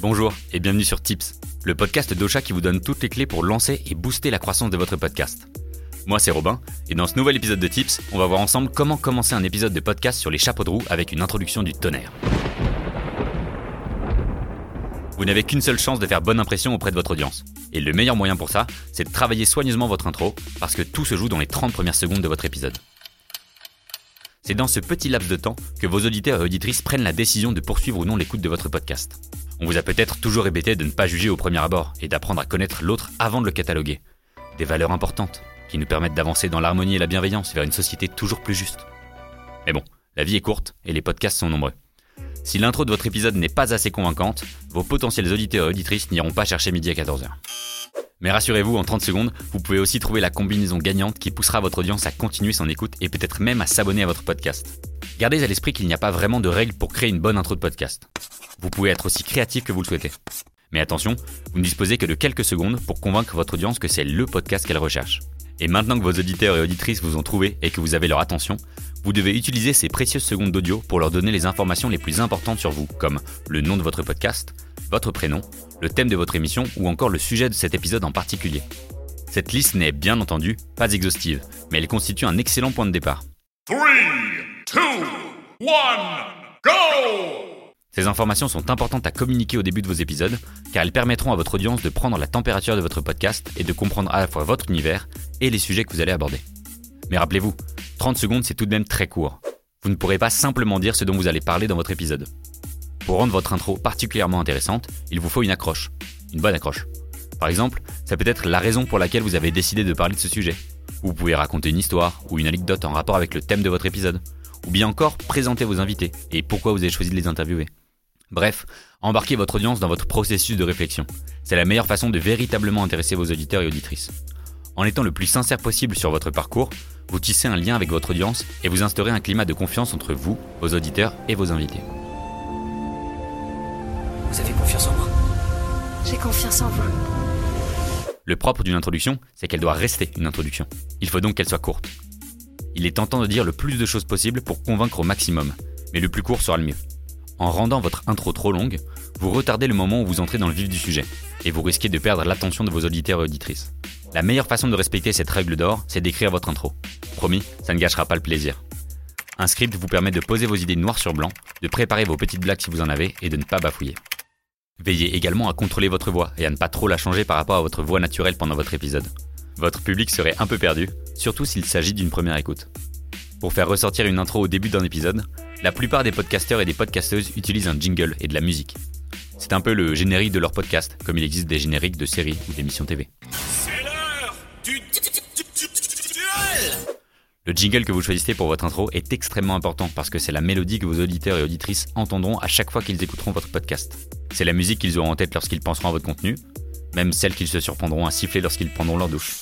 Bonjour et bienvenue sur Tips, le podcast d'Ocha qui vous donne toutes les clés pour lancer et booster la croissance de votre podcast. Moi c'est Robin, et dans ce nouvel épisode de Tips, on va voir ensemble comment commencer un épisode de podcast sur les chapeaux de roue avec une introduction du tonnerre. Vous n'avez qu'une seule chance de faire bonne impression auprès de votre audience. Et le meilleur moyen pour ça, c'est de travailler soigneusement votre intro, parce que tout se joue dans les 30 premières secondes de votre épisode. C'est dans ce petit laps de temps que vos auditeurs et auditrices prennent la décision de poursuivre ou non l'écoute de votre podcast. On vous a peut-être toujours répété de ne pas juger au premier abord et d'apprendre à connaître l'autre avant de le cataloguer. Des valeurs importantes qui nous permettent d'avancer dans l'harmonie et la bienveillance vers une société toujours plus juste. Mais bon, la vie est courte et les podcasts sont nombreux. Si l'intro de votre épisode n'est pas assez convaincante, vos potentiels auditeurs et auditrices n'iront pas chercher midi à 14h. Mais rassurez-vous, en 30 secondes, vous pouvez aussi trouver la combinaison gagnante qui poussera votre audience à continuer son écoute et peut-être même à s'abonner à votre podcast. Gardez à l'esprit qu'il n'y a pas vraiment de règles pour créer une bonne intro de podcast. Vous pouvez être aussi créatif que vous le souhaitez. Mais attention, vous ne disposez que de quelques secondes pour convaincre votre audience que c'est le podcast qu'elle recherche. Et maintenant que vos auditeurs et auditrices vous ont trouvé et que vous avez leur attention, vous devez utiliser ces précieuses secondes d'audio pour leur donner les informations les plus importantes sur vous, comme le nom de votre podcast, votre prénom, le thème de votre émission ou encore le sujet de cet épisode en particulier. Cette liste n'est bien entendu pas exhaustive, mais elle constitue un excellent point de départ. 3, 2, 1, go! Ces informations sont importantes à communiquer au début de vos épisodes, car elles permettront à votre audience de prendre la température de votre podcast et de comprendre à la fois votre univers et les sujets que vous allez aborder. Mais rappelez-vous, 30 secondes c'est tout de même très court. Vous ne pourrez pas simplement dire ce dont vous allez parler dans votre épisode. Pour rendre votre intro particulièrement intéressante, il vous faut une accroche, une bonne accroche. Par exemple, ça peut être la raison pour laquelle vous avez décidé de parler de ce sujet. Vous pouvez raconter une histoire ou une anecdote en rapport avec le thème de votre épisode. Ou bien encore présenter vos invités et pourquoi vous avez choisi de les interviewer. Bref, embarquez votre audience dans votre processus de réflexion. C'est la meilleure façon de véritablement intéresser vos auditeurs et auditrices. En étant le plus sincère possible sur votre parcours, vous tissez un lien avec votre audience et vous instaurez un climat de confiance entre vous, vos auditeurs et vos invités. Vous avez confiance en moi? J'ai confiance en vous. Le propre d'une introduction, c'est qu'elle doit rester une introduction. Il faut donc qu'elle soit courte. Il est tentant de dire le plus de choses possible pour convaincre au maximum, mais le plus court sera le mieux. En rendant votre intro trop longue, vous retardez le moment où vous entrez dans le vif du sujet, et vous risquez de perdre l'attention de vos auditeurs et auditrices. La meilleure façon de respecter cette règle d'or, c'est d'écrire votre intro. Promis, ça ne gâchera pas le plaisir. Un script vous permet de poser vos idées noir sur blanc, de préparer vos petites blagues si vous en avez, et de ne pas bafouiller. Veillez également à contrôler votre voix, et à ne pas trop la changer par rapport à votre voix naturelle pendant votre épisode. Votre public serait un peu perdu, surtout s'il s'agit d'une première écoute. Pour faire ressortir une intro au début d'un épisode, la plupart des podcasteurs et des podcasteuses utilisent un jingle et de la musique. C'est un peu le générique de leur podcast, comme il existe des génériques de séries ou d'émissions TV. C'est l'heure du duel! Le jingle que vous choisissez pour votre intro est extrêmement important parce que c'est la mélodie que vos auditeurs et auditrices entendront à chaque fois qu'ils écouteront votre podcast. C'est la musique qu'ils auront en tête lorsqu'ils penseront à votre contenu, même celle qu'ils se surprendront à siffler lorsqu'ils prendront leur douche.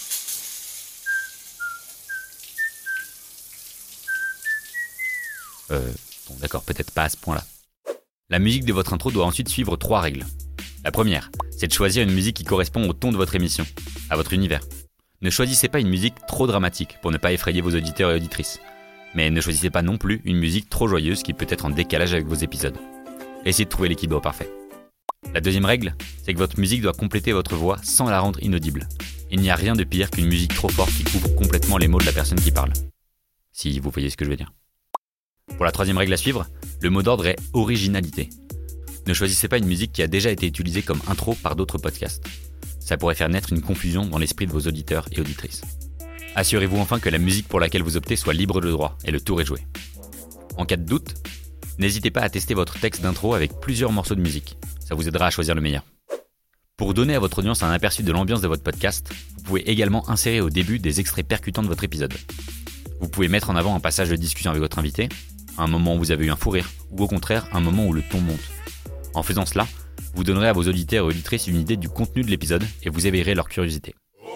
Bon d'accord, peut-être pas à ce point-là. La musique de votre intro doit ensuite suivre 3 règles. La première, c'est de choisir une musique qui correspond au ton de votre émission, à votre univers. Ne choisissez pas une musique trop dramatique pour ne pas effrayer vos auditeurs et auditrices. Mais ne choisissez pas non plus une musique trop joyeuse qui peut être en décalage avec vos épisodes. Essayez de trouver l'équilibre parfait. La deuxième règle, c'est que votre musique doit compléter votre voix sans la rendre inaudible. Il n'y a rien de pire qu'une musique trop forte qui couvre complètement les mots de la personne qui parle. Si vous voyez ce que je veux dire. Pour la troisième règle à suivre, le mot d'ordre est originalité. Ne choisissez pas une musique qui a déjà été utilisée comme intro par d'autres podcasts. Ça pourrait faire naître une confusion dans l'esprit de vos auditeurs et auditrices. Assurez-vous enfin que la musique pour laquelle vous optez soit libre de droit et le tour est joué. En cas de doute, n'hésitez pas à tester votre texte d'intro avec plusieurs morceaux de musique. Ça vous aidera à choisir le meilleur. Pour donner à votre audience un aperçu de l'ambiance de votre podcast, vous pouvez également insérer au début des extraits percutants de votre épisode. Vous pouvez mettre en avant un passage de discussion avec votre invité, un moment où vous avez eu un fou rire, ou au contraire, un moment où le ton monte. En faisant cela, vous donnerez à vos auditeurs et auditrices une idée du contenu de l'épisode et vous éveillerez leur curiosité.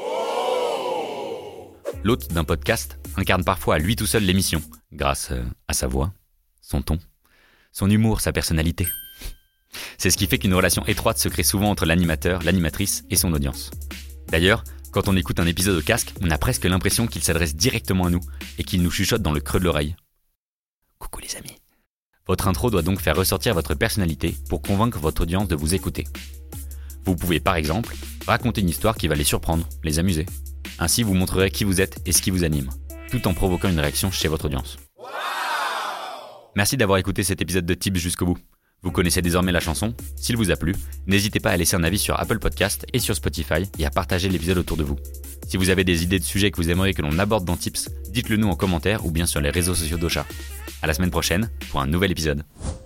L'hôte d'un podcast incarne parfois à lui tout seul l'émission, grâce à sa voix, son ton, son humour, sa personnalité. C'est ce qui fait qu'une relation étroite se crée souvent entre l'animateur, l'animatrice et son audience. D'ailleurs, quand on écoute un épisode au casque, on a presque l'impression qu'il s'adresse directement à nous et qu'il nous chuchote dans le creux de l'oreille. Coucou les amis. Votre intro doit donc faire ressortir votre personnalité pour convaincre votre audience de vous écouter. Vous pouvez par exemple raconter une histoire qui va les surprendre, les amuser. Ainsi, vous montrerez qui vous êtes et ce qui vous anime, tout en provoquant une réaction chez votre audience. Merci d'avoir écouté cet épisode de Tips jusqu'au bout. Vous connaissez désormais la chanson. S'il vous a plu, n'hésitez pas à laisser un avis sur Apple Podcast et sur Spotify et à partager l'épisode autour de vous. Si vous avez des idées de sujets que vous aimeriez que l'on aborde dans Tips, dites-le nous en commentaire ou bien sur les réseaux sociaux d'Ocha. À la semaine prochaine pour un nouvel épisode.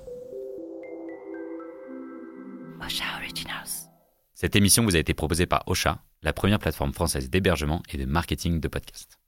Ocha Originals. Cette émission vous a été proposée par Ocha, la première plateforme française d'hébergement et de marketing de podcasts.